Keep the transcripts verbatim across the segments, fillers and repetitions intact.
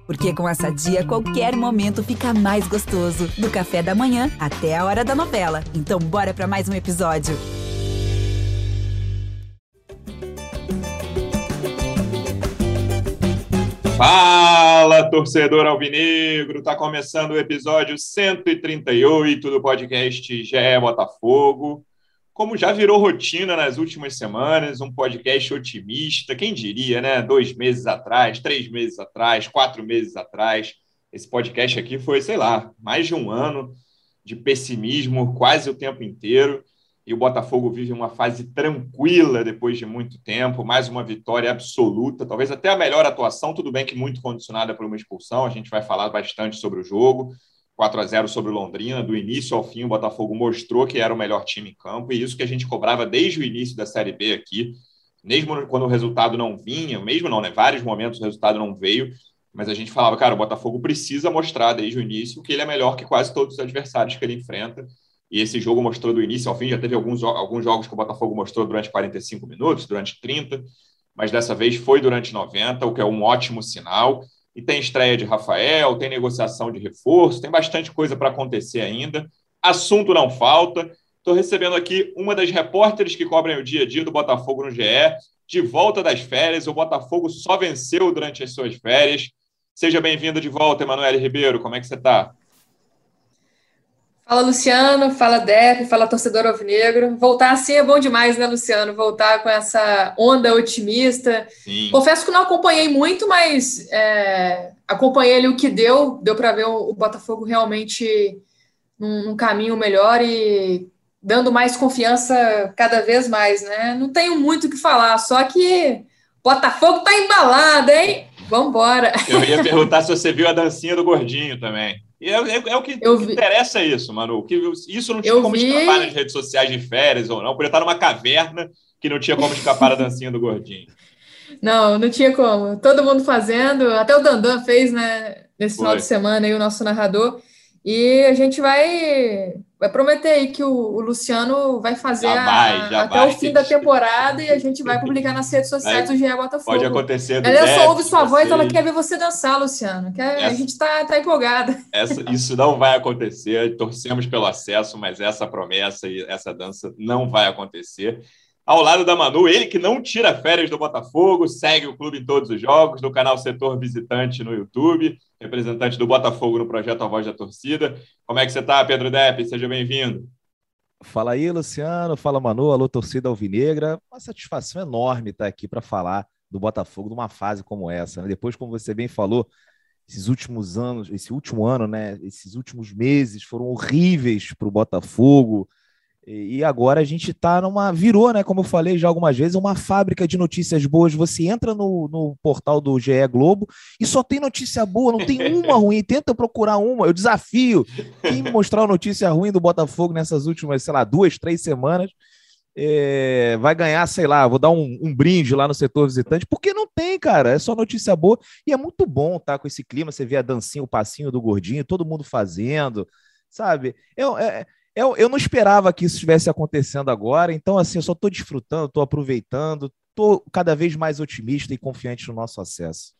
Porque com a Sadia, qualquer momento fica mais gostoso. Do café da manhã até a hora da novela. Então bora pra mais um episódio. Fala, torcedor alvinegro! Tá começando o episódio cento e trinta e oito do podcast G E Botafogo. Como já virou rotina nas últimas semanas, um podcast otimista, quem diria, né? Dois meses atrás, três meses atrás, quatro meses atrás. Esse podcast aqui foi, sei lá, mais de um ano de pessimismo quase o tempo inteiro. E o Botafogo vive uma fase tranquila depois de muito tempo, mais uma vitória absoluta, talvez até a melhor atuação, tudo bem que muito condicionada por uma expulsão, a gente vai falar bastante sobre o jogo, quatro a zero sobre o Londrina, do início ao fim o Botafogo mostrou que era o melhor time em campo, e isso que a gente cobrava desde o início da Série B aqui, mesmo quando o resultado não vinha, mesmo não, né, vários momentos o resultado não veio, mas a gente falava, cara, o Botafogo precisa mostrar desde o início que ele é melhor que quase todos os adversários que ele enfrenta. E esse jogo mostrou do início ao fim, já teve alguns, alguns jogos que o Botafogo mostrou durante quarenta e cinco minutos, durante trinta, mas dessa vez foi durante noventa, o que é um ótimo sinal. E tem estreia de Rafael, tem negociação de reforço, tem bastante coisa para acontecer ainda. Assunto não falta. Estou recebendo aqui uma das repórteres que cobrem o dia a dia do Botafogo no G E, de volta das férias. O Botafogo só venceu durante as suas férias. Seja bem-vinda de volta, Emanuele Ribeiro. Como é que você está? Fala, Luciano, fala, Def, fala, torcedor alvinegro. Voltar assim é bom demais, né, Luciano? Voltar com essa onda otimista. Sim. Confesso que não acompanhei muito, mas é, acompanhei ali o que deu. Deu para ver o, o Botafogo realmente num, num caminho melhor e dando mais confiança cada vez mais, né? Não tenho muito o que falar, só que Botafogo tá embalado, hein? Vambora! Eu ia perguntar se você viu a dancinha do Gordinho também. E é, é, é o que, que interessa isso, Manu. Que isso não tinha eu como vi... escapar nas redes sociais de férias ou não. Podia estar numa caverna que não tinha como escapar da dancinha do Gordinho. Não, não tinha como. Todo mundo fazendo. Até o Dandan fez, né? Nesse Foi. final de semana aí, o nosso narrador. E a gente vai, vai prometer aí que o, o Luciano vai fazer já vai, a, já até vai. o fim da temporada e a gente vai publicar nas redes sociais vai. do G E Botafogo. Pode acontecer. Ela só ouve sua voz, ela quer ver você dançar, Luciano. Quer, essa, a gente tá, tá empolgada. Essa, isso não vai acontecer. Torcemos pelo acesso, mas essa promessa e essa dança não vai acontecer. Ao lado da Manu, ele que não tira férias do Botafogo, segue o clube em todos os jogos, do canal Setor Visitante no YouTube, representante do Botafogo no projeto A Voz da Torcida. Como é que você está, Pedro Depp? Seja bem-vindo. Fala aí, Luciano. Fala, Manu. Alô, torcida alvinegra. Uma satisfação enorme estar aqui para falar do Botafogo numa fase como essa, né? Depois, como você bem falou, esses últimos anos, esse último ano, né? Esses últimos meses foram horríveis para o Botafogo. E agora a gente tá numa... Virou, né? Como eu falei já algumas vezes, uma fábrica de notícias boas. Você entra no, no portal do G E Globo e só tem notícia boa, não tem uma ruim. Tenta procurar uma. Eu desafio quem mostrar a notícia ruim do Botafogo nessas últimas, sei lá, duas, três semanas. É, vai ganhar, sei lá, vou dar um, um brinde lá no setor visitante, porque não tem, cara. É só notícia boa. E é muito bom tá com esse clima. Você vê a dancinha, o passinho do Gordinho, todo mundo fazendo, sabe? É... é Eu, eu não esperava que isso estivesse acontecendo agora, então assim, eu só estou desfrutando, estou aproveitando, estou cada vez mais otimista e confiante no nosso acesso.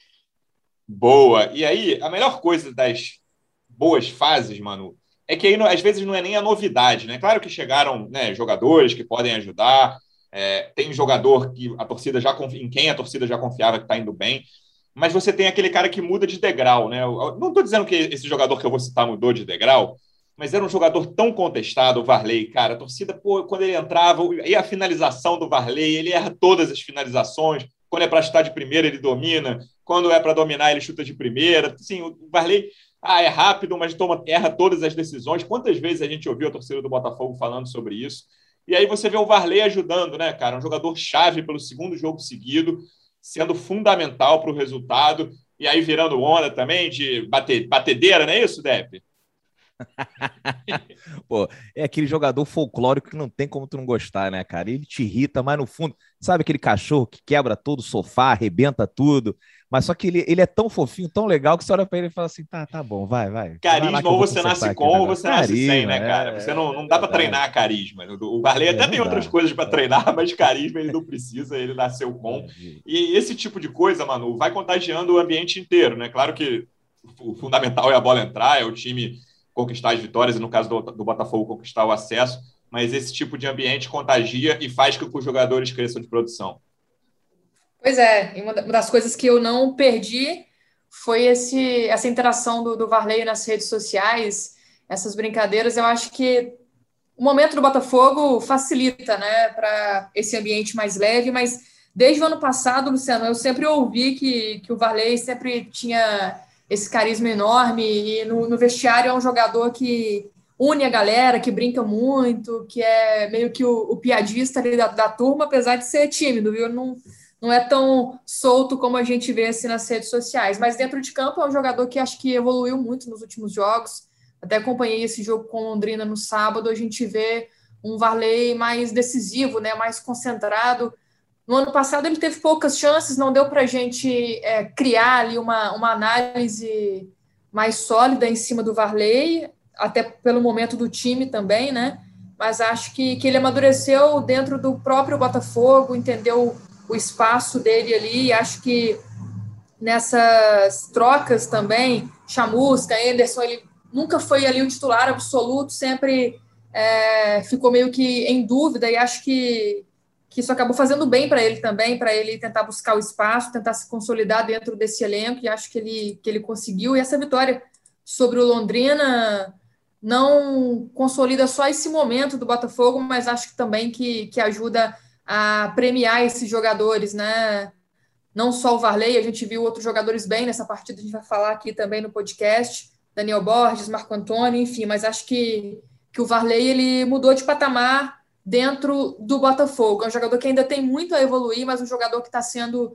Boa! E aí, a melhor coisa das boas fases, Manu, é que aí às vezes não é nem a novidade, né? Claro que chegaram, né, jogadores que podem ajudar, é, tem jogador que a torcida já confia, em quem a torcida já confiava que está indo bem, mas você tem aquele cara que muda de degrau, né? Eu não estou dizendo que esse jogador que eu vou citar mudou de degrau, mas era um jogador tão contestado, o Varley, cara. A torcida, pô, quando ele entrava, e a finalização do Varley, ele erra todas as finalizações. Quando é para chutar de primeira, ele domina. Quando é para dominar, ele chuta de primeira. Sim, o Varley ah, é rápido, mas toma, erra todas as decisões. Quantas vezes a gente ouviu a torcida do Botafogo falando sobre isso? E aí você vê o Varley ajudando, né, cara? Um jogador chave pelo segundo jogo seguido, sendo fundamental para o resultado. E aí virando onda também de bate, batedeira, não é isso, Depp? Pô, é aquele jogador folclórico que não tem como tu não gostar, né, cara? Ele te irrita, mas no fundo, sabe aquele cachorro que quebra todo o sofá, arrebenta tudo, mas só que ele, ele é tão fofinho, tão legal, que você olha pra ele e fala assim, tá, tá bom, vai, vai. Carisma, vai ou você nasce com ou você nasce carisma, sem, né, cara? É, você não, não dá é, pra treinar carisma. O Varley até é, tem outras dá. coisas pra treinar, mas carisma ele não precisa, ele nasceu com. E esse tipo de coisa, Manu, vai contagiando o ambiente inteiro, né? Claro que o fundamental é a bola entrar, é o time conquistar as vitórias, e no caso do, do Botafogo conquistar o acesso, mas esse tipo de ambiente contagia e faz com que os jogadores cresçam de produção. Pois é, e uma das coisas que eu não perdi foi esse, essa interação do, do Varley nas redes sociais, essas brincadeiras. Eu acho que o momento do Botafogo facilita, né, para esse ambiente mais leve, mas desde o ano passado, Luciano, eu sempre ouvi que, que o Varley sempre tinha esse carisma enorme, e no, no vestiário é um jogador que une a galera, que brinca muito, que é meio que o, o piadista ali da, da turma, apesar de ser tímido, viu? Não, não é tão solto como a gente vê assim nas redes sociais, mas dentro de campo é um jogador que acho que evoluiu muito nos últimos jogos. Até acompanhei esse jogo com Londrina no sábado, a gente vê um Varley mais decisivo, né, mais concentrado. No ano passado ele teve poucas chances, não deu para a gente é, criar ali uma, uma análise mais sólida em cima do Varley, até pelo momento do time também, né? Mas acho que, que ele amadureceu dentro do próprio Botafogo, entendeu o espaço dele ali. Acho que nessas trocas também, Chamusca, Anderson, ele nunca foi ali o titular absoluto, sempre é, ficou meio que em dúvida, e acho que, que isso acabou fazendo bem para ele também, para ele tentar buscar o espaço, tentar se consolidar dentro desse elenco, e acho que ele, que ele conseguiu. E essa vitória sobre o Londrina não consolida só esse momento do Botafogo, mas acho que também que, que ajuda a premiar esses jogadores, né? Não só o Varley, a gente viu outros jogadores bem nessa partida, a gente vai falar aqui também no podcast, Daniel Borges, Marco Antônio, enfim, mas acho que, que o Varley ele mudou de patamar dentro do Botafogo. É um jogador que ainda tem muito a evoluir, mas um jogador que está sendo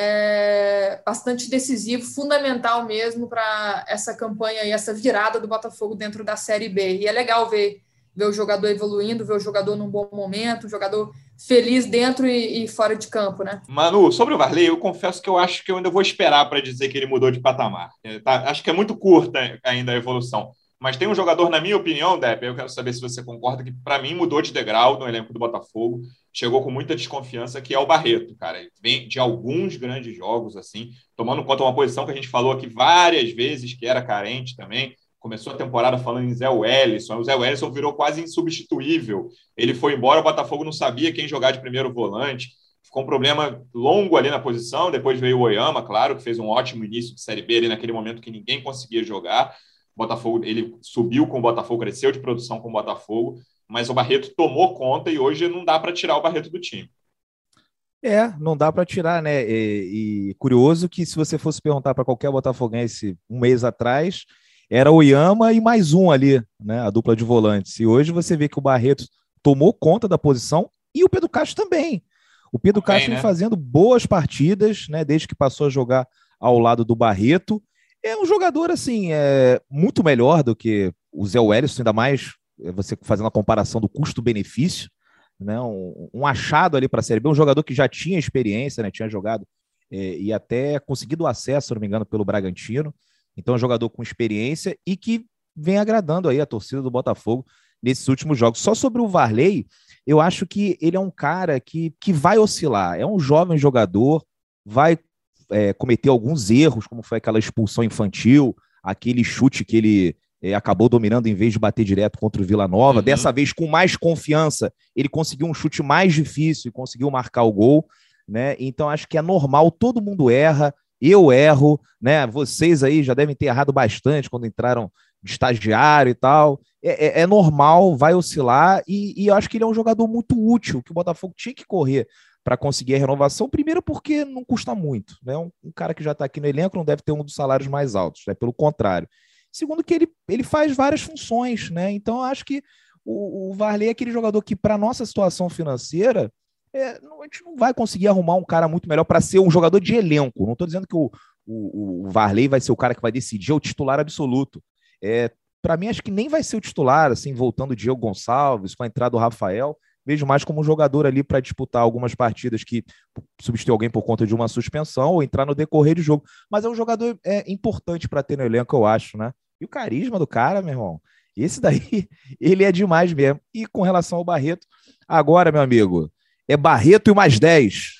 é, bastante decisivo, fundamental mesmo para essa campanha e essa virada do Botafogo dentro da Série B. E é legal ver, ver o jogador evoluindo, ver o jogador num bom momento, o jogador feliz dentro e, e fora de campo, né? Manu, sobre o Varley, eu confesso que eu acho que eu ainda vou esperar para dizer que ele mudou de patamar. Tá? Acho que é muito curta ainda a evolução. Mas tem um jogador, na minha opinião, Depp, eu quero saber se você concorda, que para mim mudou de degrau no elenco do Botafogo, chegou com muita desconfiança, que é o Barreto, cara. Ele vem de alguns grandes jogos, assim, tomando conta uma posição que a gente falou aqui várias vezes, que era carente também. Começou a temporada falando em Zé Wellison. O Zé Wellison virou quase insubstituível. Ele foi embora, o Botafogo não sabia quem jogar de primeiro volante. Ficou um problema longo ali na posição. Depois veio o Oyama, claro, que fez um ótimo início de Série B ali naquele momento que ninguém conseguia jogar. O Botafogo, ele subiu com o Botafogo, cresceu de produção com o Botafogo, mas o Barreto tomou conta e hoje não dá para tirar o Barreto do time. É, não dá para tirar, né? E, e curioso que se você fosse perguntar para qualquer botafoguense um mês atrás, era o Oyama e mais um ali, né? A dupla de volantes. E hoje você vê que o Barreto tomou conta da posição e o Pedro Castro também. O Pedro também, Castro vem, né, fazendo boas partidas, né? Desde que passou a jogar ao lado do Barreto. É um jogador, assim, é, muito melhor do que o Zé Wellison, ainda mais você fazendo a comparação do custo-benefício, né? Um, um achado ali para a Série B, um jogador que já tinha experiência, né? Tinha jogado é, e até conseguido acesso, se não me engano, pelo Bragantino. Então, é um jogador com experiência e que vem agradando aí a torcida do Botafogo nesses últimos jogos. Só sobre o Varley, eu acho que ele é um cara que, que vai oscilar. É um jovem jogador, vai é, cometer alguns erros, como foi aquela expulsão infantil, aquele chute que ele é, acabou dominando em vez de bater direto contra o Vila Nova. Uhum. Dessa vez, com mais confiança, ele conseguiu um chute mais difícil e conseguiu marcar o gol, né? Então, acho que é normal, todo mundo erra. Eu erro, né? Vocês aí já devem ter errado bastante quando entraram de estagiário e tal. É, é, é normal, vai oscilar, e, e eu acho que ele é um jogador muito útil, que o Botafogo tinha que correr para conseguir a renovação. Primeiro porque não custa muito, né? Um, um cara que já está aqui no elenco não deve ter um dos salários mais altos, né? Pelo contrário. Segundo que ele, ele faz várias funções, né? Então eu acho que o, o Varley é aquele jogador que, para a nossa situação financeira, É, a gente não vai conseguir arrumar um cara muito melhor para ser um jogador de elenco. Não estou dizendo que o, o, o Varley vai ser o cara que vai decidir, é o titular absoluto. É, para mim, acho que nem vai ser o titular, assim, voltando o Diego Gonçalves, com a entrada do Rafael. Vejo mais como um jogador ali para disputar algumas partidas que substituir alguém por conta de uma suspensão ou entrar no decorrer de jogo. Mas é um jogador é, importante para ter no elenco, eu acho, né? E o carisma do cara, meu irmão, esse daí, ele é demais mesmo. E com relação ao Barreto, agora, meu amigo, é Barreto e mais dez.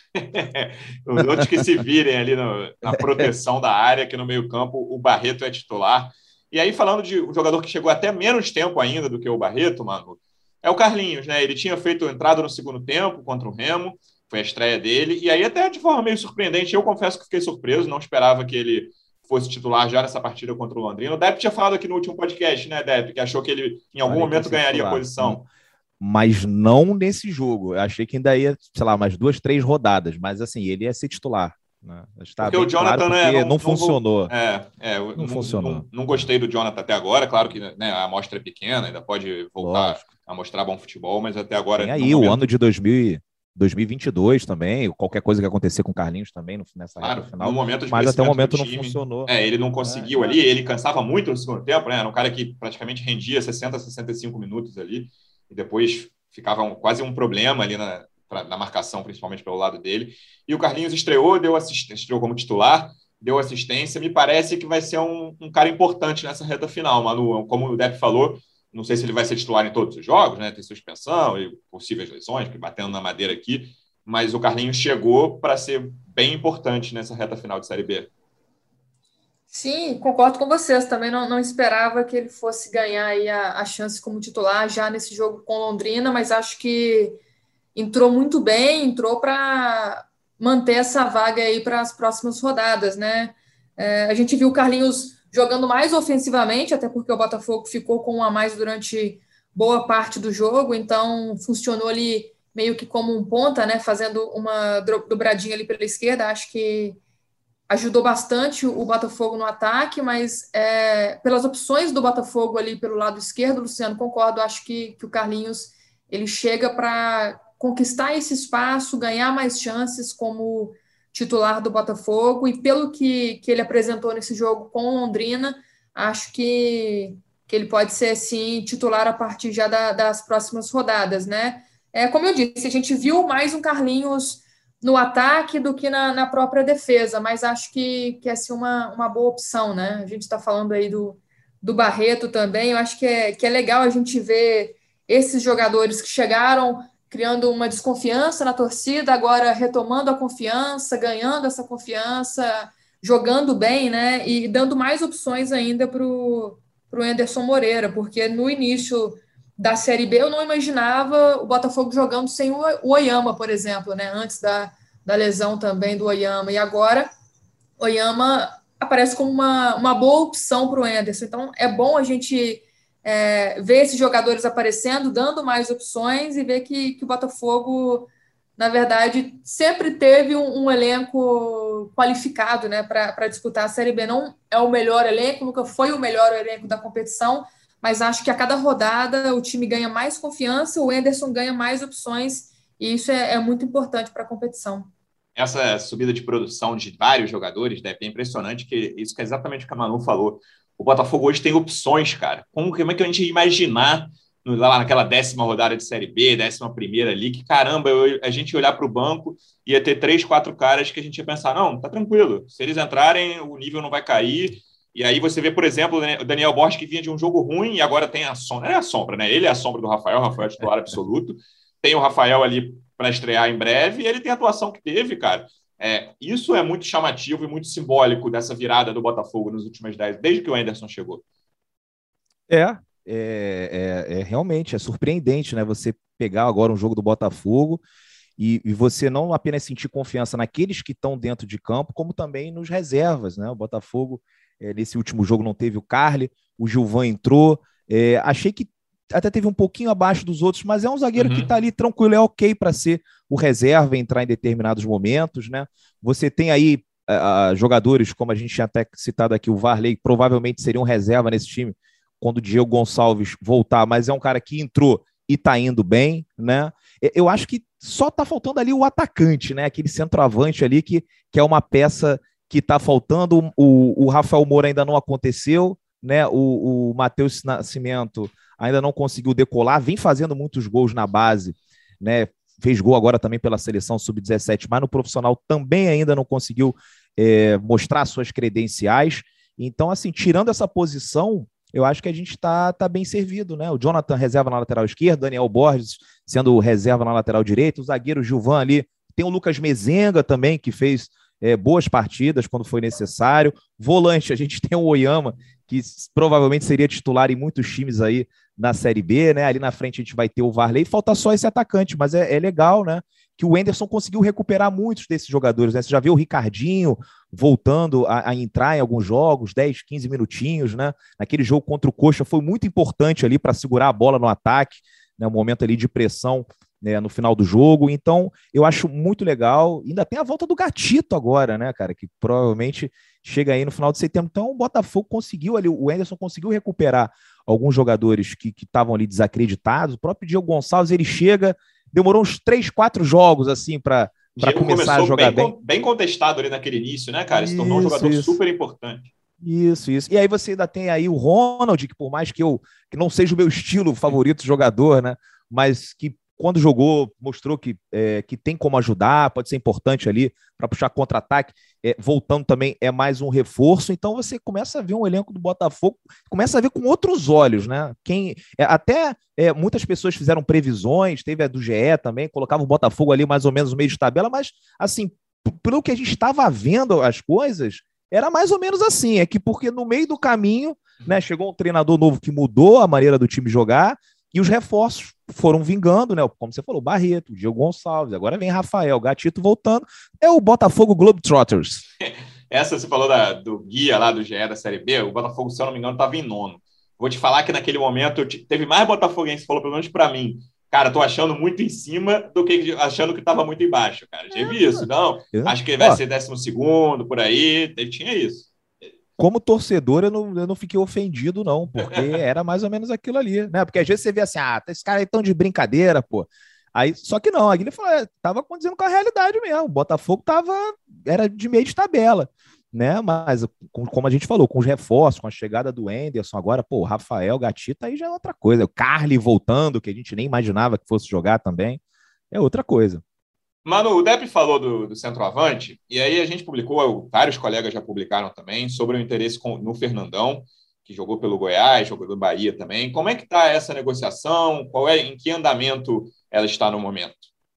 Os outros que se virem ali no, na proteção da área, que no meio-campo o Barreto é titular. E aí, falando de um jogador que chegou até menos tempo ainda do que o Barreto, mano, é o Carlinhos, né? Ele tinha feito entrada no segundo tempo contra o Remo, foi a estreia dele, e aí até de forma meio surpreendente, eu confesso que fiquei surpreso, não esperava que ele fosse titular já nessa partida contra o Londrina. O Depp tinha falado aqui no último podcast, né, Depp, que achou que ele em algum Parei momento ganharia a posição. Mas não nesse jogo. Eu achei que ainda ia, sei lá, umas duas, três rodadas, mas assim, ele ia ser titular. Né? Está porque o Jonathan claro porque é, não, não funcionou. É, é, não, não funcionou. Não, não gostei do Jonathan até agora. Claro que, né, a amostra é pequena, ainda pode voltar Lógico. a mostrar bom futebol, mas até agora. Tem aí momento... o ano de dois mil e vinte e dois também, qualquer coisa que acontecer com o Carlinhos também nessa claro, reta final. No momento de mas até o momento time, não funcionou. É, ele não conseguiu é, ali, ele cansava muito no segundo tempo, né? Era um cara que praticamente rendia sessenta, sessenta e cinco minutos ali, e depois ficava um, quase um problema ali na, pra, na marcação, principalmente pelo lado dele. E o Carlinhos estreou, deu assistência, estreou como titular, deu assistência. Me parece que vai ser um, um cara importante nessa reta final, Manu. Como o Depp falou, não sei se ele vai ser titular em todos os jogos, né? Tem suspensão e possíveis lesões, batendo na madeira aqui, mas o Carlinhos chegou para ser bem importante nessa reta final de Série B. Sim, concordo com vocês. Também não, não esperava que ele fosse ganhar aí a, a chance como titular já nesse jogo com Londrina, mas acho que entrou muito bem, entrou para manter essa vaga aí para as próximas rodadas, né? É, a gente viu o Carlinhos jogando mais ofensivamente, até porque o Botafogo ficou com um a mais durante boa parte do jogo, então funcionou ali meio que como um ponta, né? Fazendo uma dobradinha ali pela esquerda. Acho que ajudou bastante o Botafogo no ataque, mas é, pelas opções do Botafogo ali pelo lado esquerdo, Luciano, concordo, acho que, que o Carlinhos ele chega para conquistar esse espaço, ganhar mais chances como titular do Botafogo, e pelo que, que ele apresentou nesse jogo com Londrina, acho que, que ele pode ser, sim, titular a partir já da, das próximas rodadas, né? É, como eu disse, a gente viu mais um Carlinhos no ataque do que na, na própria defesa, mas acho que, que é assim, uma, uma boa opção, né? A gente está falando aí do, do Barreto também, eu acho que é, que é legal a gente ver esses jogadores que chegaram criando uma desconfiança na torcida, agora retomando a confiança, ganhando essa confiança, jogando bem, né? E dando mais opções ainda para o Anderson Moreira, porque no início da Série B eu não imaginava o Botafogo jogando sem o Oyama, por exemplo, né? Antes da, da lesão também do Oyama, e agora o Oyama aparece como uma, uma boa opção para o Anderson. Então é bom a gente é, ver esses jogadores aparecendo, dando mais opções, e ver que, que o Botafogo, na verdade, sempre teve um, um elenco qualificado, né, para disputar a Série B. Não é o melhor elenco, nunca foi o melhor elenco da competição, mas acho que a cada rodada o time ganha mais confiança, o Anderson ganha mais opções, e isso é, é muito importante para a competição. Essa subida de produção de vários jogadores, né, é impressionante, que isso que é exatamente o que a Manu falou. O Botafogo hoje tem opções, cara. Como, como é que a gente ia imaginar lá naquela décima rodada de Série B, décima primeira ali, que caramba, eu, a gente ia olhar para o banco, ia ter três, quatro caras que a gente ia pensar, não, tá tranquilo, se eles entrarem, o nível não vai cair. E aí você vê, por exemplo, o Daniel Borges, que vinha de um jogo ruim e agora tem a sombra. Não é a sombra, né? Ele é a sombra do Rafael, o Rafael é titular absoluto. Tem o Rafael ali para estrear em breve, e ele tem a atuação que teve, cara. É, isso é muito chamativo e muito simbólico dessa virada do Botafogo nos últimos dez, desde que o Anderson chegou. É, é, é, é realmente, é surpreendente, né? Você pegar agora um jogo do Botafogo e, e você não apenas sentir confiança naqueles que estão dentro de campo, como também nos reservas, né? O Botafogo, é, nesse último jogo não teve o Carly, o Gilvan entrou, é, achei que até teve um pouquinho abaixo dos outros, mas é um zagueiro uhum. que está ali tranquilo, é ok para ser o reserva, entrar em determinados momentos, né? Você tem aí uh, jogadores, como a gente tinha até citado aqui, o Varley, provavelmente seria um reserva nesse time quando o Diego Gonçalves voltar, mas é um cara que entrou e está indo bem, né? Eu acho que só está faltando ali o atacante, né? Aquele centroavante ali que, que é uma peça que está faltando. O, o Rafael Moura ainda não aconteceu, né? O, o Matheus Nascimento ainda não conseguiu decolar, vem fazendo muitos gols na base, né? Fez gol agora também pela seleção sub dezessete, mas no profissional também ainda não conseguiu é, mostrar suas credenciais. Então, assim, tirando essa posição, eu acho que a gente está tá bem servido, né? O Jonathan reserva na lateral esquerda, Daniel Borges sendo reserva na lateral direita, o zagueiro Gilvan ali tem o Lucas Mezenga também, que fez é, boas partidas quando foi necessário. Volante, a gente tem o Oyama, que provavelmente seria titular em muitos times aí na Série B, né? Ali na frente a gente vai ter o Varley, falta só esse atacante, mas é, é legal, né? Que o Wenderson conseguiu recuperar muitos desses jogadores, né? Você já viu o Ricardinho voltando a, a entrar em alguns jogos, dez, quinze minutinhos, né? Naquele jogo contra o Coxa foi muito importante ali para segurar a bola no ataque, né? Um momento ali de pressão, né, no final do jogo. Então, eu acho muito legal. Ainda tem a volta do Gatito agora, né, cara? Que provavelmente chega aí no final de setembro. Então, o Botafogo conseguiu ali, o Wenderson conseguiu recuperar alguns jogadores que estavam ali desacreditados. O próprio Diego Gonçalves, ele chega, demorou uns três, quatro jogos, assim, para começar a jogar bem. bem. Bem contestado ali naquele início, né, cara? Se tornou um jogador isso. super importante. Isso, isso. E aí você ainda tem aí o Ronald, que por mais que eu que não seja o meu estilo favorito de jogador, né, mas que quando jogou, mostrou que, é, que tem como ajudar, pode ser importante ali para puxar contra-ataque, é, voltando também é mais um reforço, então você começa a ver um elenco do Botafogo, começa a ver com outros olhos, né? Quem, é, até é, muitas pessoas fizeram previsões, teve a do G E também, colocava o Botafogo ali mais ou menos no meio de tabela, mas assim, pelo que a gente estava vendo as coisas, era mais ou menos assim, é que porque no meio do caminho, né, chegou um treinador novo que mudou a maneira do time jogar, e os reforços foram vingando, né? Como você falou, Barreto, Diego Gonçalves, agora vem Rafael, Gatito voltando. É o Botafogo Globetrotters. Essa você falou da, do guia lá do G E da Série B, o Botafogo, se eu não me engano, estava em nono. Vou te falar que naquele momento eu te, teve mais botafoguense, falou pelo menos para mim. Cara, tô achando muito em cima do que achando que estava muito embaixo, cara. Teve é, isso, não? É. Acho que ele vai Ó, ser décimo segundo, por aí. Ele tinha isso. Como torcedor, eu não, eu não fiquei ofendido, não, porque era mais ou menos aquilo ali, né? Porque às vezes você vê assim, ah, esses caras aí tão de brincadeira, pô. Aí, só que não, a Guilherme falou, é, tava condizendo com a realidade mesmo. O Botafogo tava, era de meio de tabela, né? Mas, como a gente falou, com os reforços, com a chegada do Wenderson, agora, pô, o Rafael, Gatito, aí já é outra coisa. O Carly voltando, que a gente nem imaginava que fosse jogar também, é outra coisa. Mano, o Depp falou do, do centroavante, e aí a gente publicou, vários colegas já publicaram também, sobre o interesse com, no Fernandão, que jogou pelo Goiás, jogou no Bahia também. Como é que está essa negociação? Qual é, em que andamento ela está no momento?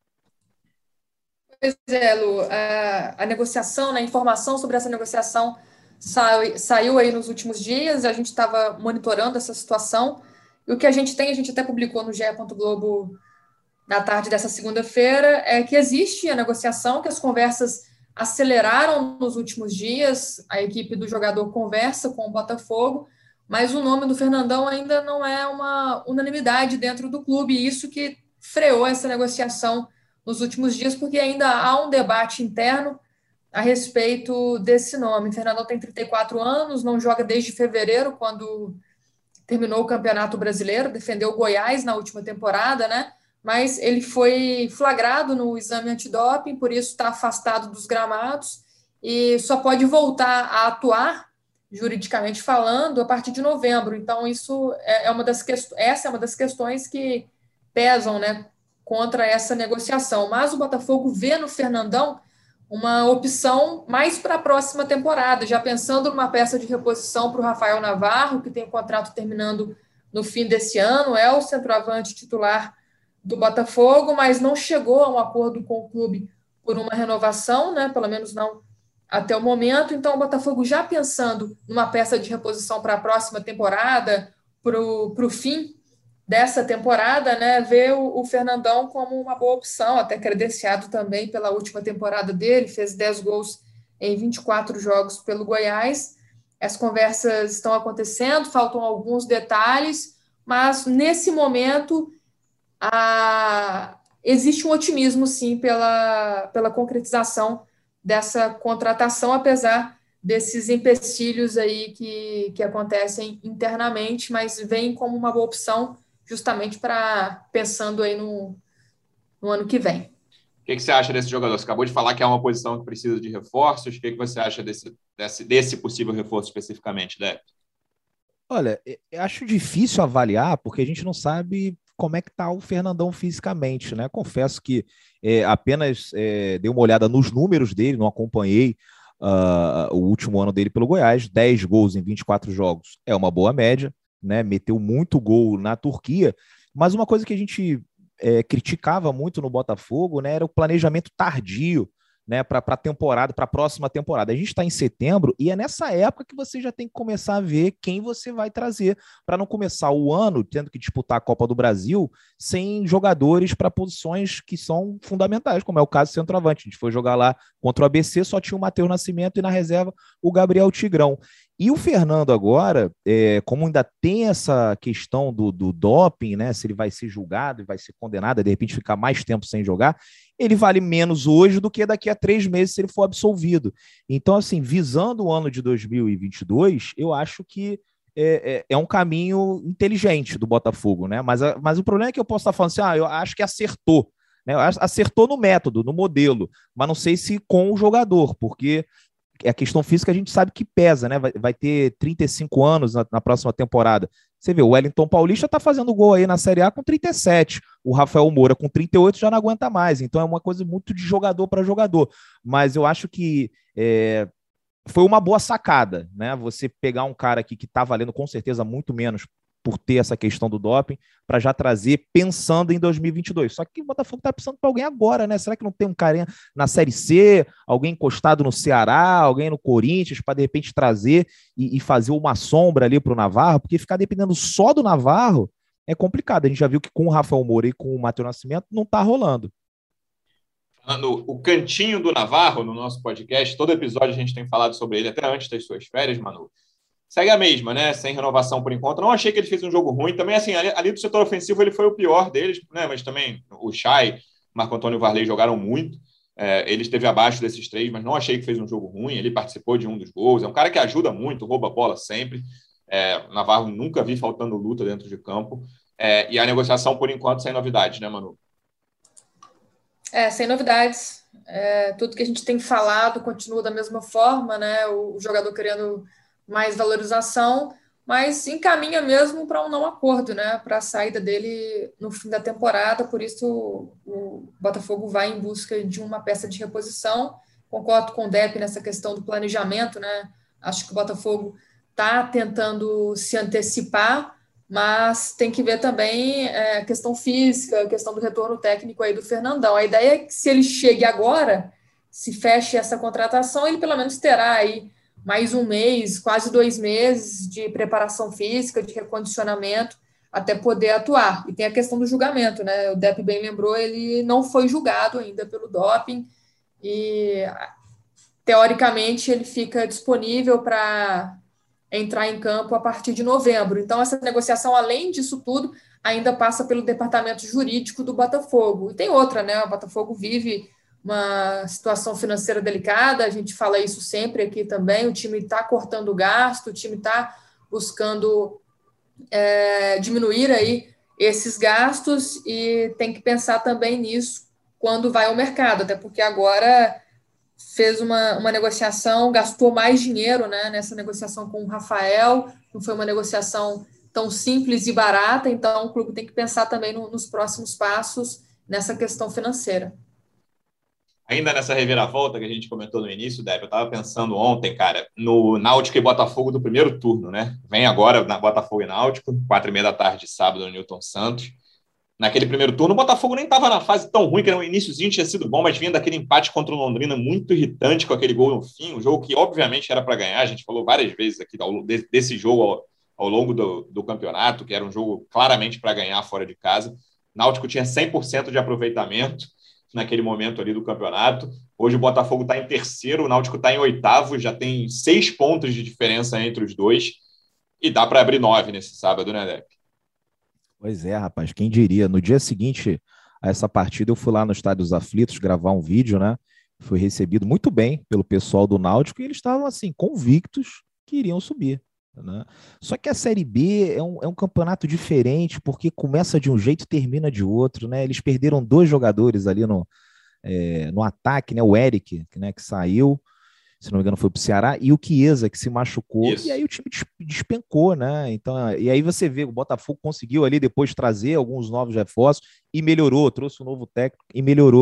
Pois é, Lu, a, a negociação, né, a informação sobre essa negociação saiu, saiu aí nos últimos dias, a gente estava monitorando essa situação, e o que a gente tem, a gente até publicou no G E. Globo na tarde dessa segunda-feira, é que existe a negociação, que as conversas aceleraram nos últimos dias, a equipe do jogador conversa com o Botafogo, mas o nome do Fernandão ainda não é uma unanimidade dentro do clube, e isso que freou essa negociação nos últimos dias, porque ainda há um debate interno a respeito desse nome. O Fernandão tem trinta e quatro anos, não joga desde fevereiro, quando terminou o Campeonato Brasileiro, defendeu o Goiás na última temporada, né? Mas ele foi flagrado no exame antidoping, por isso está afastado dos gramados e só pode voltar a atuar, juridicamente falando, a partir de novembro. Então, isso é uma das quest... essa é uma das questões que pesam, né, contra essa negociação. Mas o Botafogo vê no Fernandão uma opção mais para a próxima temporada, já pensando numa peça de reposição para o Rafael Navarro, que tem o contrato terminando no fim desse ano, é o centroavante titular do Botafogo, mas não chegou a um acordo com o clube por uma renovação, né? Pelo menos não até o momento. Então, o Botafogo já pensando numa peça de reposição para a próxima temporada, para o fim dessa temporada, né? Vê o, o Fernandão como uma boa opção, até credenciado também pela última temporada dele, fez dez gols em vinte e quatro jogos pelo Goiás. As conversas estão acontecendo, faltam alguns detalhes, mas nesse momento A... existe um otimismo, sim, pela, pela concretização dessa contratação, apesar desses empecilhos aí que, que acontecem internamente, mas vem como uma boa opção justamente para pensando aí no, no ano que vem. O que, que você acha desse jogador? Você acabou de falar que é uma posição que precisa de reforços. O que, que você acha desse, desse, desse possível reforço especificamente, Depp? Olha, eu acho difícil avaliar, porque a gente não sabe como é que está o Fernandão fisicamente, né? Confesso que é, apenas é, dei uma olhada nos números dele, não acompanhei uh, o último ano dele pelo Goiás, dez gols em vinte e quatro jogos, é uma boa média, né? Meteu muito gol na Turquia, mas uma coisa que a gente é, criticava muito no Botafogo, né, era o planejamento tardio, né, para a temporada, para a próxima temporada. A gente está em setembro e é nessa época que você já tem que começar a ver quem você vai trazer, para não começar o ano tendo que disputar a Copa do Brasil sem jogadores para posições que são fundamentais, como é o caso do centroavante. A gente foi jogar lá contra o A B C, só tinha o Matheus Nascimento e na reserva o Gabriel Tigrão. E o Fernando agora, é, como ainda tem essa questão do, do doping, né, se ele vai ser julgado e vai ser condenado, de repente ficar mais tempo sem jogar, ele vale menos hoje do que daqui a três meses se ele for absolvido. Então, assim, visando o ano de dois mil e vinte e dois, eu acho que é, é, é um caminho inteligente do Botafogo, né? Mas, mas o problema é que eu posso estar falando assim, ah, eu acho que acertou, né? Acertou no método, no modelo, mas não sei se com o jogador, porque a questão física a gente sabe que pesa, né? Vai, vai ter trinta e cinco anos na, na próxima temporada. Você vê, o Wellington Paulista tá fazendo gol aí na Série A com trinta e sete. O Rafael Moura com trinta e oito já não aguenta mais. Então é uma coisa muito de jogador para jogador. Mas eu acho que é, foi uma boa sacada, né? Você pegar um cara aqui que tá valendo com certeza muito menos por ter essa questão do doping, para já trazer pensando em dois mil e vinte e dois. Só que o Botafogo está precisando para alguém agora, né? Será que não tem um carinha na Série C, alguém encostado no Ceará, alguém no Corinthians, para de repente trazer e, e fazer uma sombra ali para o Navarro? Porque ficar dependendo só do Navarro é complicado. A gente já viu que com o Rafael Moura e com o Matheus Nascimento não está rolando. Falando o cantinho do Navarro no nosso podcast, todo episódio a gente tem falado sobre ele, até antes das suas férias, Manu. Segue a mesma, né? Sem renovação por enquanto. Não achei que ele fez um jogo ruim. Também, assim, ali, ali do setor ofensivo ele foi o pior deles, né? Mas também o Chay, Marco Antônio e o Varley jogaram muito. É, ele esteve abaixo desses três, mas não achei que fez um jogo ruim. Ele participou de um dos gols. É um cara que ajuda muito, rouba a bola sempre. É, Navarro nunca vi faltando luta dentro de campo. É, e a negociação, por enquanto, sem novidades, né, Manu? É, sem novidades. É, tudo que a gente tem falado continua da mesma forma, né? O, o jogador querendo mais valorização, mas encaminha mesmo para um não acordo, né? Para a saída dele no fim da temporada. Por isso o, o Botafogo vai em busca de uma peça de reposição. Concordo com o Depp nessa questão do planejamento, né? Acho que o Botafogo está tentando se antecipar, mas tem que ver também é, a questão física, a questão do retorno técnico aí do Fernandão. A ideia é que se ele chegue agora, se feche essa contratação, ele pelo menos terá aí mais um mês, quase dois meses de preparação física, de recondicionamento, até poder atuar. E tem a questão do julgamento, né? O Depp bem lembrou, ele não foi julgado ainda pelo doping e, teoricamente, ele fica disponível para entrar em campo a partir de novembro. Então, essa negociação, além disso tudo, ainda passa pelo departamento jurídico do Botafogo. E tem outra, né? O Botafogo vive uma situação financeira delicada, a gente fala isso sempre aqui também, o time está cortando gasto, o time está buscando é, diminuir aí esses gastos e tem que pensar também nisso quando vai ao mercado, até porque agora fez uma, uma negociação, gastou mais dinheiro, né, nessa negociação com o Rafael, não foi uma negociação tão simples e barata, então o clube tem que pensar também no, nos próximos passos nessa questão financeira. Ainda nessa reviravolta que a gente comentou no início, Débora, eu estava pensando ontem, cara, no Náutico e Botafogo do primeiro turno, né? Vem agora na Botafogo e Náutico, quatro e meia da tarde, sábado, no Newton Santos. Naquele primeiro turno, o Botafogo nem estava na fase tão ruim, que no iniciozinho tinha sido bom, mas vinha daquele empate contra o Londrina muito irritante com aquele gol no fim, um jogo que obviamente era para ganhar, a gente falou várias vezes aqui desse jogo ao, ao longo do, do campeonato, que era um jogo claramente para ganhar fora de casa. O Náutico tinha cem por cento de aproveitamento naquele momento ali do campeonato. Hoje o Botafogo está em terceiro, o Náutico está em oitavo, já tem seis pontos de diferença entre os dois e dá para abrir nove nesse sábado, né, Depp? Pois é, rapaz, quem diria? No dia seguinte a essa partida eu fui lá no Estádio dos Aflitos gravar um vídeo, né? Fui recebido muito bem pelo pessoal do Náutico e eles estavam assim, convictos que iriam subir. Né? Só que a Série B é um, é um campeonato diferente, porque começa de um jeito e termina de outro, né? Eles perderam dois jogadores ali no, é, no ataque, né? O Eric, né, que saiu, se não me engano foi para o Ceará, e o Chiesa, que se machucou. Isso. E aí o time despencou, né? Então, e aí você vê, o Botafogo conseguiu ali depois trazer alguns novos reforços e melhorou, trouxe um novo técnico e melhorou.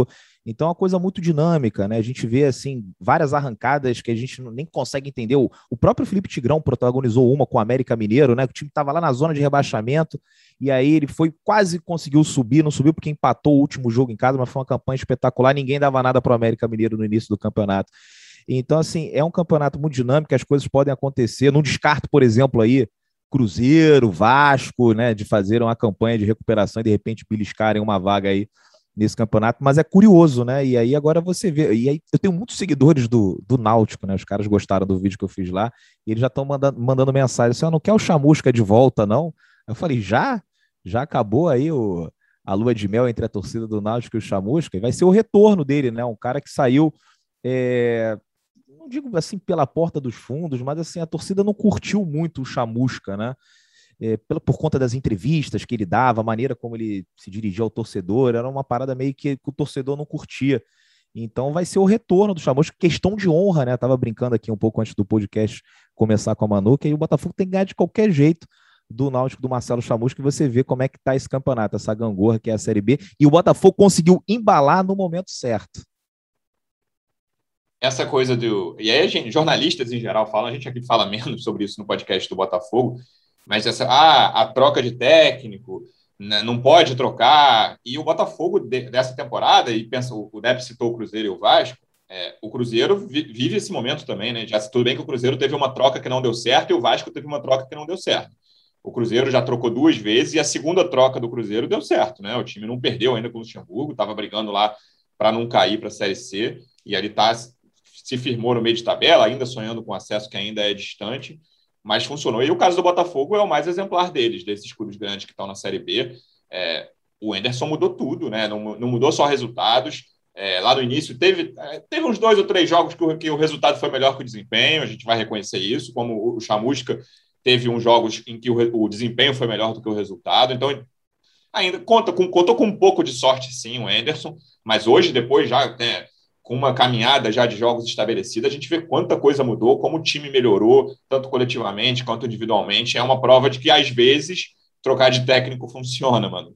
Então é uma coisa muito dinâmica, né? A gente vê assim várias arrancadas que a gente nem consegue entender. O, o próprio Felipe Tigrão protagonizou uma com o América Mineiro, né? Que o time estava lá na zona de rebaixamento e aí ele foi quase conseguiu subir, não subiu porque empatou o último jogo em casa, mas foi uma campanha espetacular. Ninguém dava nada para o América Mineiro no início do campeonato. Então assim é um campeonato muito dinâmico, as coisas podem acontecer. Não descarto, por exemplo, aí Cruzeiro, Vasco, né? De fazer uma campanha de recuperação e de repente beliscarem uma vaga aí nesse campeonato, mas é curioso, né? E aí agora você vê, e aí eu tenho muitos seguidores do, do Náutico, né? Os caras gostaram do vídeo que eu fiz lá, e eles já estão mandando, mandando mensagem assim, ah, não quer o Chamusca de volta, não? Eu falei, já? Já acabou aí o, a lua de mel entre a torcida do Náutico e o Chamusca? E vai ser o retorno dele, né? Um cara que saiu, é, não digo assim pela porta dos fundos, mas assim, a torcida não curtiu muito o Chamusca, né? É, pela, por conta das entrevistas que ele dava, a maneira como ele se dirigia ao torcedor, era uma parada meio que, que o torcedor não curtia. Então vai ser o retorno do Chamusca, questão de honra, né? Eu tava brincando aqui um pouco antes do podcast começar com a Manu, que aí o Botafogo tem que ganhar de qualquer jeito do Náutico do Marcelo Chamusca, e você vê como é que tá esse campeonato, essa gangorra que é a Série B, e o Botafogo conseguiu embalar no momento certo. Essa coisa do... E aí, gente, jornalistas em geral falam, a gente aqui fala menos sobre isso no podcast do Botafogo, mas essa, ah, a troca de técnico, né, não pode trocar. E o Botafogo de, dessa temporada, e pensa, o Depp citou o Cruzeiro e o Vasco, é, o Cruzeiro vi, vive esse momento também, né? Já tudo bem que o Cruzeiro teve uma troca que não deu certo e o Vasco teve uma troca que não deu certo. O Cruzeiro já trocou duas vezes e a segunda troca do Cruzeiro deu certo, né? O time não perdeu ainda com o Luxemburgo, estava brigando lá para não cair para a Série C, e ali tá, se firmou no meio de tabela, ainda sonhando com acesso que ainda é distante, mas funcionou. E o caso do Botafogo é o mais exemplar deles, desses clubes grandes que estão na Série B. É, o Anderson mudou tudo, né? Não, não mudou só resultados. É, lá no início teve, teve uns dois ou três jogos que o, que o resultado foi melhor que o desempenho, a gente vai reconhecer isso, como o Chamusca teve uns jogos em que o, o desempenho foi melhor do que o resultado. Então, ainda conta com, contou com um pouco de sorte, sim, o Anderson, mas hoje, depois já... Né, com uma caminhada já de jogos estabelecida, a gente vê quanta coisa mudou, como o time melhorou, tanto coletivamente quanto individualmente. É uma prova de que, às vezes, trocar de técnico funciona, mano.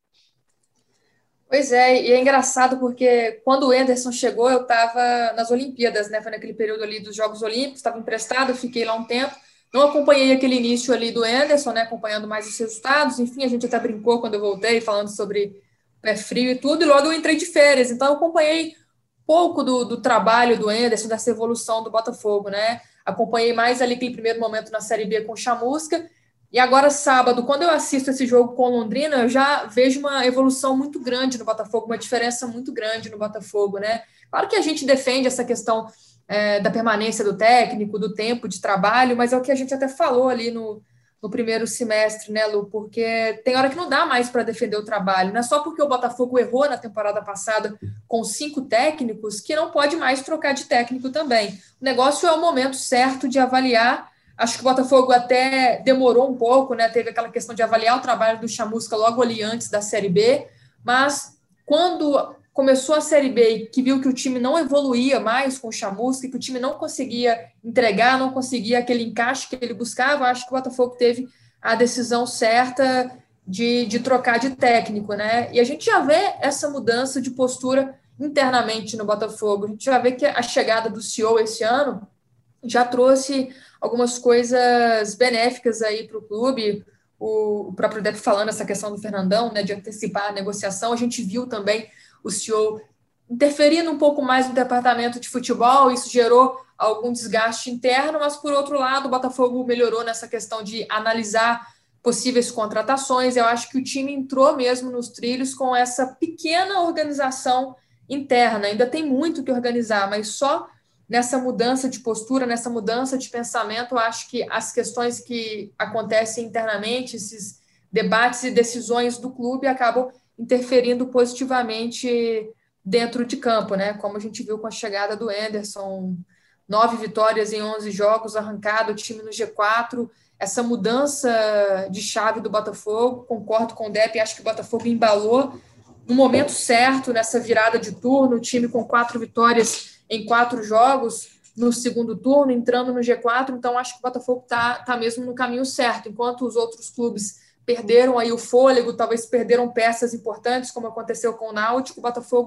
Pois é, e é engraçado porque quando o Anderson chegou, eu estava nas Olimpíadas, né? Foi naquele período ali dos Jogos Olímpicos, estava emprestado, fiquei lá um tempo. Não acompanhei aquele início ali do Anderson, né? Acompanhando mais os resultados. Enfim, a gente até brincou quando eu voltei, falando sobre pé frio e tudo, e logo eu entrei de férias. Então, eu acompanhei pouco do, do trabalho do Anderson, dessa evolução do Botafogo, né? Acompanhei mais ali aquele primeiro momento na Série B com o Chamusca, e agora sábado, quando eu assisto esse jogo com o Londrina, eu já vejo uma evolução muito grande no Botafogo, uma diferença muito grande no Botafogo, né? Claro que a gente defende essa questão é, da permanência do técnico, do tempo de trabalho, mas é o que a gente até falou ali no, no primeiro semestre, né, Lu? Porque tem hora que não dá mais para defender o trabalho. Não é só porque o Botafogo errou na temporada passada com cinco técnicos que não pode mais trocar de técnico também. O negócio é o momento certo de avaliar. Acho que o Botafogo até demorou um pouco, né? Teve aquela questão de avaliar o trabalho do Chamusca logo ali antes da Série B, mas quando começou a Série B e que viu que o time não evoluía mais com o Chamusca, que o time não conseguia entregar, não conseguia aquele encaixe que ele buscava, acho que o Botafogo teve a decisão certa de, de trocar de técnico, né? E a gente já vê essa mudança de postura internamente no Botafogo. A gente já vê que a chegada do C E O esse ano já trouxe algumas coisas benéficas aí para o clube. O próprio Depp falando essa questão do Fernandão, né, de antecipar a negociação. A gente viu também o C E O interferindo um pouco mais no departamento de futebol, isso gerou algum desgaste interno, mas, por outro lado, o Botafogo melhorou nessa questão de analisar possíveis contratações. Eu acho que o time entrou mesmo nos trilhos com essa pequena organização interna. Ainda tem muito que organizar, mas só nessa mudança de postura, nessa mudança de pensamento, eu acho que as questões que acontecem internamente, esses debates e decisões do clube acabam interferindo positivamente dentro de campo, né? Como a gente viu com a chegada do Anderson, nove vitórias em onze jogos, arrancado o time no G quatro, essa mudança de chave do Botafogo, concordo com o Depp, acho que o Botafogo embalou no momento certo, nessa virada de turno, o time com quatro vitórias em quatro jogos no segundo turno, entrando no G quatro, então acho que o Botafogo está tá mesmo no caminho certo, enquanto os outros clubes perderam aí o fôlego, talvez perderam peças importantes, como aconteceu com o Náutico, o Botafogo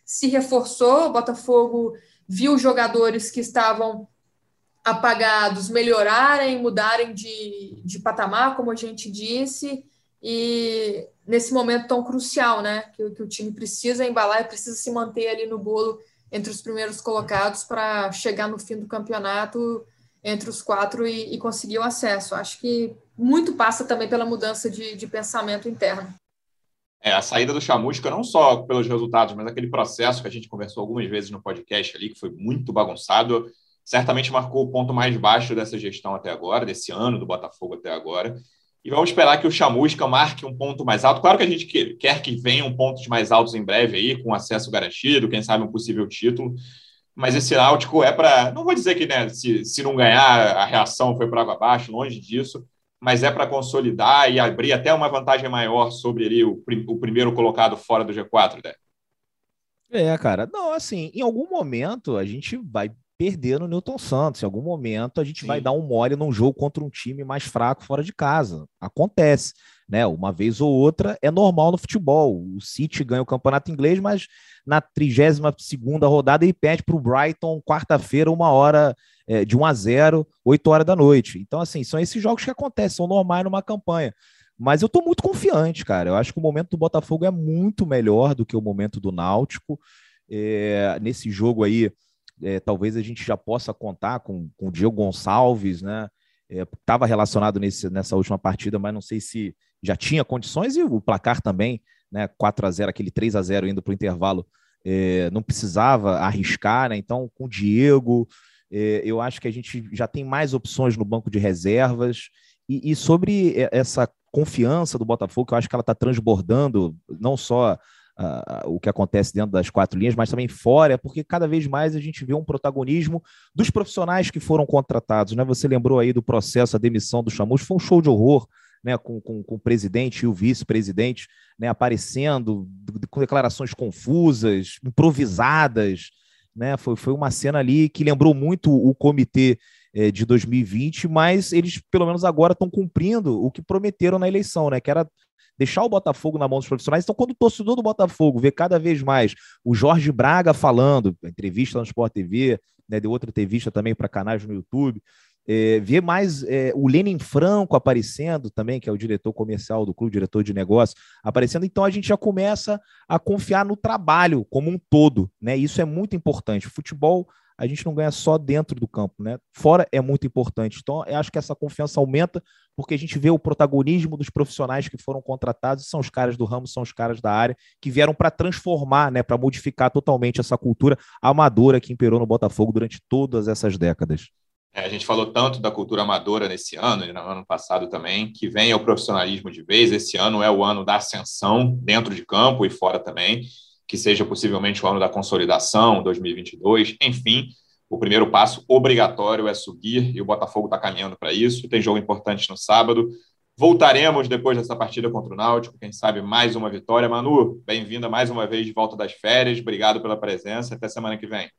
se reforçou, o Botafogo viu jogadores que estavam apagados melhorarem, mudarem de, de patamar, como a gente disse, e nesse momento tão crucial, né, que, que o time precisa embalar e precisa se manter ali no bolo entre os primeiros colocados para chegar no fim do campeonato entre os quatro e, e conseguir o acesso. Acho que muito passa também pela mudança de, de pensamento interno. É, a saída do Chamusca, não só pelos resultados, mas aquele processo que a gente conversou algumas vezes no podcast ali, que foi muito bagunçado, certamente marcou o ponto mais baixo dessa gestão até agora, desse ano do Botafogo até agora. E vamos esperar que o Chamusca marque um ponto mais alto. Claro que a gente quer que venham pontos mais altos em breve aí, com acesso garantido, quem sabe um possível título. Mas esse Náutico é para... Não vou dizer que, né, se, se não ganhar, a reação foi para água abaixo, longe disso, mas é para consolidar e abrir até uma vantagem maior sobre ali o, o primeiro colocado fora do G quatro, né? É, cara. Não, assim, em algum momento a gente vai perder no Newton Santos. Em algum momento a gente Sim. vai dar um mole num jogo contra um time mais fraco fora de casa. Acontece, né? Uma vez ou outra é normal no futebol. O City ganha o campeonato inglês, mas na trigésima segunda rodada ele perde para o Brighton quarta-feira, uma hora é, de um a zero, oito horas da noite. Então, assim, são esses jogos que acontecem, são normais numa campanha. Mas eu tô muito confiante, cara. Eu acho que o momento do Botafogo é muito melhor do que o momento do Náutico. É, nesse jogo aí, É, talvez a gente já possa contar com, com o Diego Gonçalves, né? Estava é, relacionado nesse, nessa última partida, mas não sei se já tinha condições, e o placar também, né? quatro a zero, aquele três a zero indo para o intervalo, é, não precisava arriscar, né? Então, com o Diego, é, eu acho que a gente já tem mais opções no banco de reservas, e, e sobre essa confiança do Botafogo, que eu acho que ela está transbordando, não só Uh, o que acontece dentro das quatro linhas, mas também fora, porque cada vez mais a gente vê um protagonismo dos profissionais que foram contratados, né? Você lembrou aí do processo, a demissão do Chamusca, foi um show de horror, né? com, com, com o presidente e o vice-presidente, né? aparecendo com declarações confusas, improvisadas, né? foi, foi uma cena ali que lembrou muito o comitê eh, de dois mil e vinte, mas eles pelo menos agora estão cumprindo o que prometeram na eleição, né? que era deixar o Botafogo na mão dos profissionais. Então, quando o torcedor do Botafogo vê cada vez mais o Jorge Braga falando, entrevista no Sport T V, né, deu outra entrevista também para canais no YouTube, é, vê mais é, o Lenin Franco aparecendo também, que é o diretor comercial do clube, diretor de negócio, aparecendo, então a gente já começa a confiar no trabalho como um todo, né? Isso é muito importante. O futebol a gente não ganha só dentro do campo, né? Fora é muito importante. Então, eu acho que essa confiança aumenta porque a gente vê o protagonismo dos profissionais que foram contratados, são os caras do ramo, são os caras da área, que vieram para transformar, né, para modificar totalmente essa cultura amadora que imperou no Botafogo durante todas essas décadas. É, a gente falou tanto da cultura amadora nesse ano, e no ano passado também, que vem ao profissionalismo de vez. Esse ano é o ano da ascensão, dentro de campo e fora também, que seja possivelmente o ano da consolidação, dois mil e vinte e dois, enfim, o primeiro passo obrigatório é subir, e o Botafogo está caminhando para isso. Tem jogo importante no sábado. Voltaremos depois dessa partida contra o Náutico, quem sabe mais uma vitória. Manu, bem-vinda mais uma vez de volta das férias, obrigado pela presença, até semana que vem.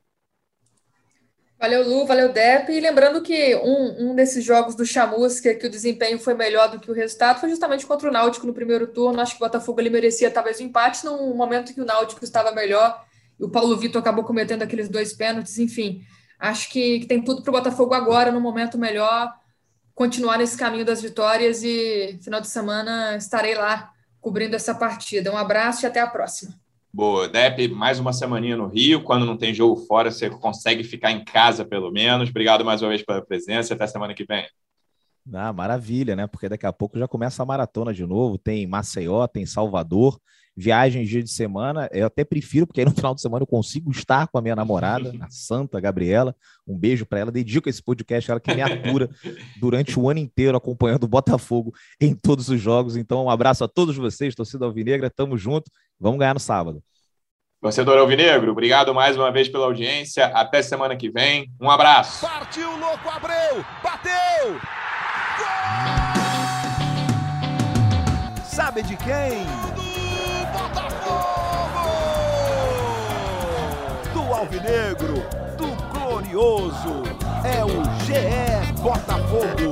Valeu, Lu, valeu, Depp. E lembrando que um, um desses jogos do Chamusca, que o desempenho foi melhor do que o resultado, foi justamente contra o Náutico no primeiro turno. Acho que o Botafogo ele merecia talvez um empate num momento que o Náutico estava melhor e o Paulo Vitor acabou cometendo aqueles dois pênaltis. Enfim, acho que, que tem tudo para o Botafogo agora, no momento melhor, continuar nesse caminho das vitórias, e final de semana estarei lá cobrindo essa partida. Um abraço e até a próxima. Boa, Depp, mais uma semaninha no Rio. Quando não tem jogo fora, você consegue ficar em casa pelo menos. Obrigado mais uma vez pela presença, até semana que vem. Ah, maravilha, né? Porque daqui a pouco já começa a maratona de novo. Tem Maceió, tem Salvador, viagem dia de semana. Eu até prefiro, porque aí no final de semana eu consigo estar com a minha namorada, a Santa Gabriela. Um beijo para ela. Dedico esse podcast a ela, que me atura durante o ano inteiro acompanhando o Botafogo em todos os jogos. Então, um abraço a todos vocês, torcida alvinegra. Tamo junto. Vamos ganhar no sábado. Torcedor alvinegro, obrigado mais uma vez pela audiência. Até semana que vem. Um abraço. Partiu, louco, Abreu! Bateu! Gol! Sabe de quem? Do Botafogo! Do alvinegro, do glorioso. É o G E Botafogo.